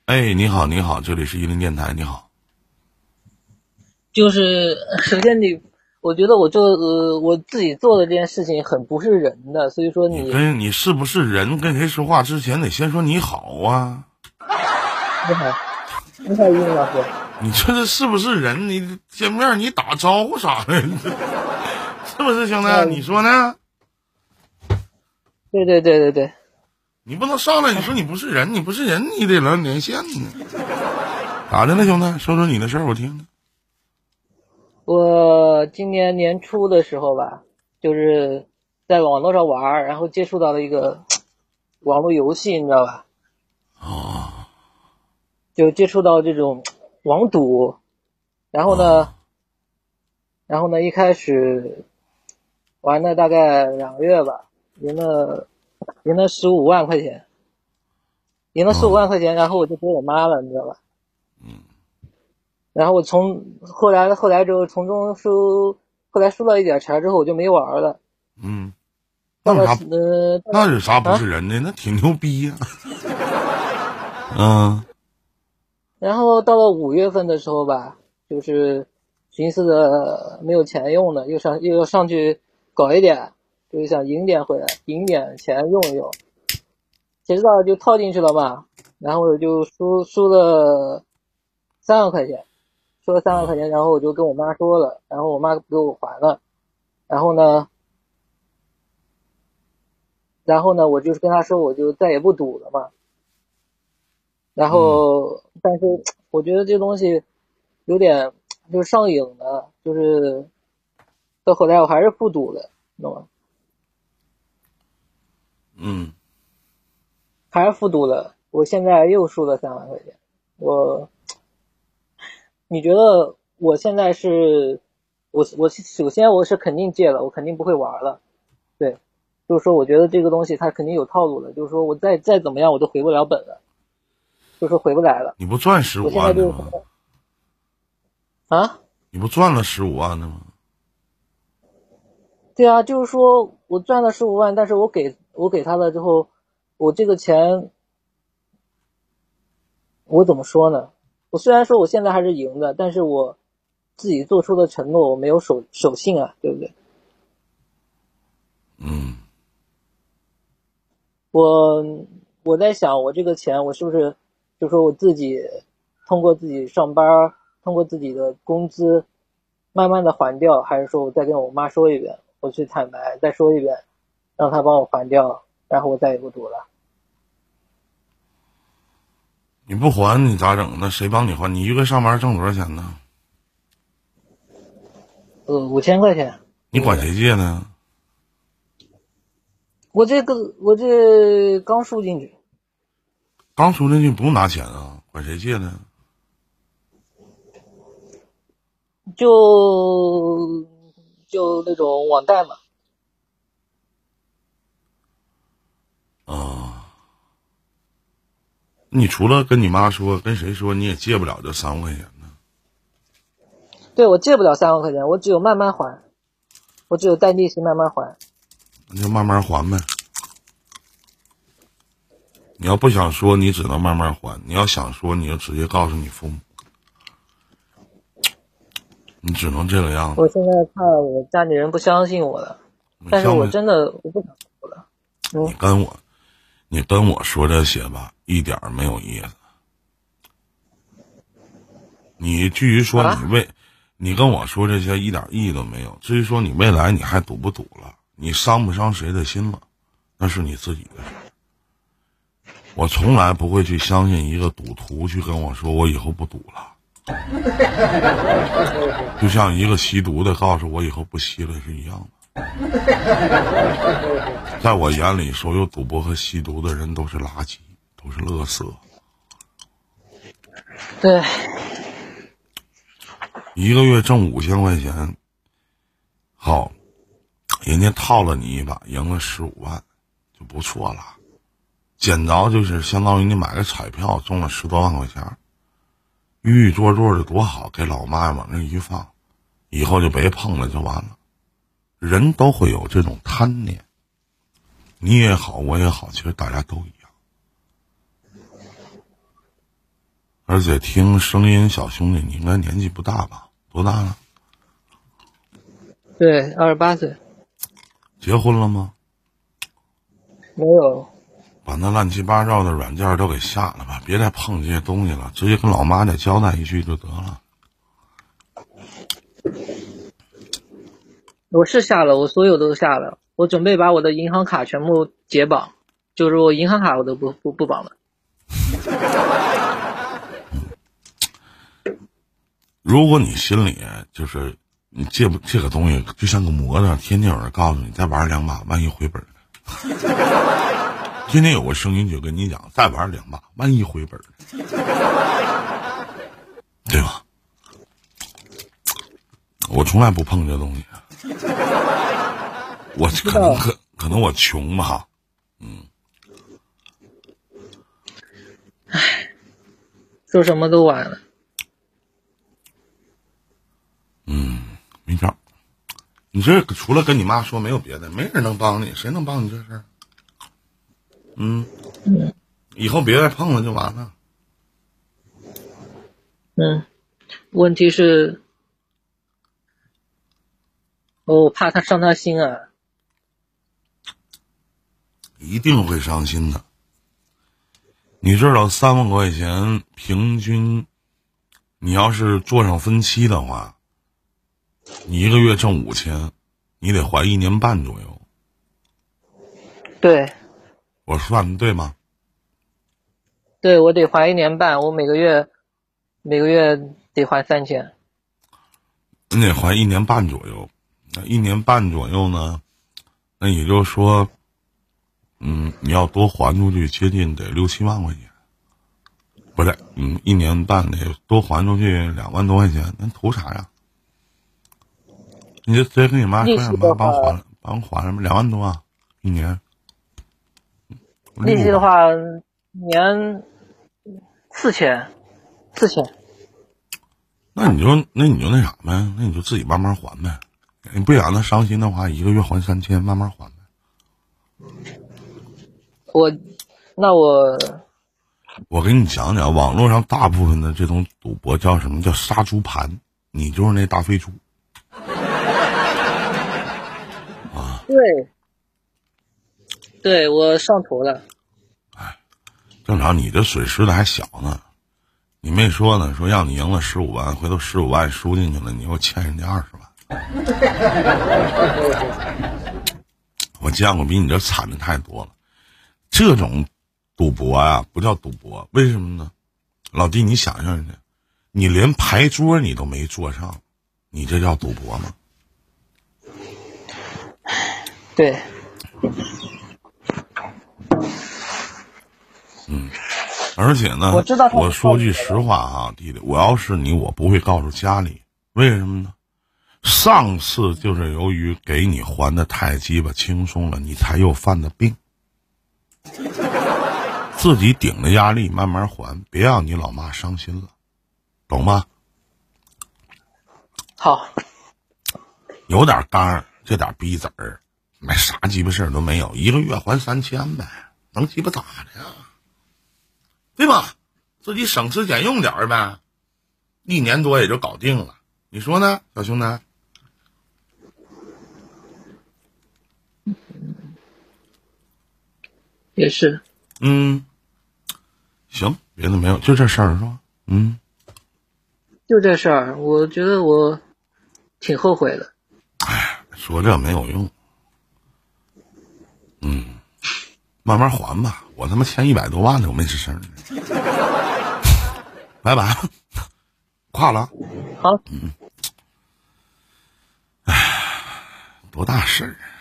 哎，你好，你好，这里是伊林电台，你好。 就是首先我觉得我自己做的这件事情很不是人的，所以说你是不是人？跟谁说话之前得先说你好啊。 你好，你好，英语老师。 你这是不是人？你见面你打招呼啥的，是不是兄弟？你说呢？ 对对对对对。 你不能上来你说你不是人，你不是人，你得连线呢。咋的了，兄弟？说说你的事儿，我听听。 我今年年初的时候吧，就是在网络上玩，然后接触到了一个网络游戏，你知道吧？ 哦就接触到这种网赌，然后哦呢，一开始玩了大概2个月吧，赢了15万块钱，赢了15万块钱，然后我就给我妈了，你知道吧？然后我后来之后从中后来输了一点钱之后，我就没玩了。 嗯， 到了那有啥不是人的？那挺牛逼呀。嗯然后到了5月份的时候吧，就是寻思着没有钱用了，又要上去搞一点，就是想赢点回来，赢点钱用一用。谁知道就套进去了嘛，然后我就输了3万块钱，然后我就跟我妈说了，然后我妈给我还了。然后呢，我就是跟她说，我就再也不赌了嘛。然后，但是我觉得这东西有点就是上瘾了，就是到后来我还是复赌了，懂吗？ 嗯， 还是复赌了，我现在又输了3万块钱。你觉得我现在我首先我是肯定戒了，我肯定不会玩了。对，就是说我觉得这个东西它肯定有套路的，就是说我再怎么样我都回不了本了，就是说回不来了。 你不赚15 我现在就是万的吗？ 啊， 你不赚了15万的吗？ 对啊，就是说我赚了15万，但是我给他了之后，我这个钱我怎么说呢？我虽然说我现在还是赢的，但是我自己做出的承诺我没有守信啊，对不对？ 嗯我我在想，我这个钱我是不是就说我自己通过自己上班，通过自己的工资慢慢的还掉，还是说我再跟我妈说一遍，我去坦白再说一遍，让她帮我还掉，然后我再也不赌了。 你不还你咋整？那谁帮你还？你一个月上班挣多少钱呢？ 5000块钱。 你管谁借呢？ 我这刚输进去。 刚输进去不用拿钱啊，管谁借呢？ 就那种网贷嘛。 啊，你除了跟你妈说，跟谁说你也借不了这3万块钱呢？ 对，我借不了3万块钱，我只有慢慢还，我只有带利息慢慢还。 那就慢慢还呗。你要不想说，你只能慢慢还；你要想说，你就直接告诉你父母，你只能这个样子。 我现在怕我家里人不相信我了，但是我真的我不想输了。 你跟我说这些吧，一点儿没有意思。你至于说你跟我说这些一点意义都没有。至于说你未来你还赌不赌了，你伤不伤谁的心了，那是你自己的事。我从来不会去相信一个赌徒去跟我说我以后不赌了，就像一个吸毒的告诉我以后不吸了是一样的。在我眼里，所有赌博和吸毒的人都是垃圾，都是垃圾。 对， 一个月挣5000块钱，好，人家套了你一把，赢了15万，就不错了。捡着就是相当于你买个彩票中了10多万块钱，郁郁作作的多好，给老妈往那一放，以后就别碰了，就完了。人都会有这种贪念，你也好，我也好，其实大家都一样。 而且听声音，小兄弟，你应该年纪不大吧？多大了？ 对，28岁。 结婚了吗？ 没有。 把那乱七八糟的软件都给下了吧，别再碰这些东西了，直接跟老妈再交代一句就得了。 我是下了，我所有都下了，我准备把我的银行卡全部解绑，就是我银行卡我都不绑了。 如果你心里就是你这个东西就像个魔杖，天天有人告诉你再玩2把，万一回本呢？天天有个声音就跟你讲再玩2把，万一回本呢？对吧？我从来不碰这东西，我可能我穷吧， 说什么都晚了。 没招。你这除了跟你妈说没有别的，没人能帮你，谁能帮你这事儿？以后别再碰了就完了。 问题是，我怕他伤他心啊。 一定会伤心的。你知道3万块钱平均，你要是做上分期的话，你一个月挣5000，你得还1年半左右。 对， 我算的对吗？ 对，我得还1年半，我每个月得还3000。 你得还1年半左右。那1年半左右呢，那也就是说，你要多还出去接近得6、7万块钱，不对，1年半得多还出去2万多块钱，那图啥呀？你就直接跟你妈说，妈帮还了2万多啊，1年。 利息的话，年4000。 那你就那啥呗，那你就自己慢慢还呗。你不想他伤心的话，一个月还3000，慢慢还呗。我给你讲讲，网络上大部分的这种赌博叫什么？叫杀猪盘，你就是那大肥猪。 对，我上头了。 正常，你这损失的还小呢，你没说呢，说让你赢了15万，回头15万输进去了，你又欠人家20万。我见过比你这惨的太多了。这种赌博啊，不叫赌博，为什么呢？老弟，你想想人家，你连牌桌你都没坐上，你这叫赌博吗？ 对。 而且呢，我说句实话啊，弟弟，我要是你，我不会告诉家里，为什么呢？上次就是由于给你还的太鸡巴轻松了，你才又犯的病。自己顶着压力慢慢还，别让你老妈伤心了，懂吗？ 好。 有点刚，这点逼子儿，没啥鸡巴事儿都没有，一个月还3000呗，能鸡巴咋的呀？对吧？自己省吃俭用点呗，1年多也就搞定了，你说呢，小兄弟？ 也是。 行，别的没有，就这事儿是吧？ 就这事儿，我觉得我挺后悔的。 说这没有用。慢慢还吧，我他妈欠100多万的，我没吱声呢。拜拜，挂了。 好。 多大事儿啊！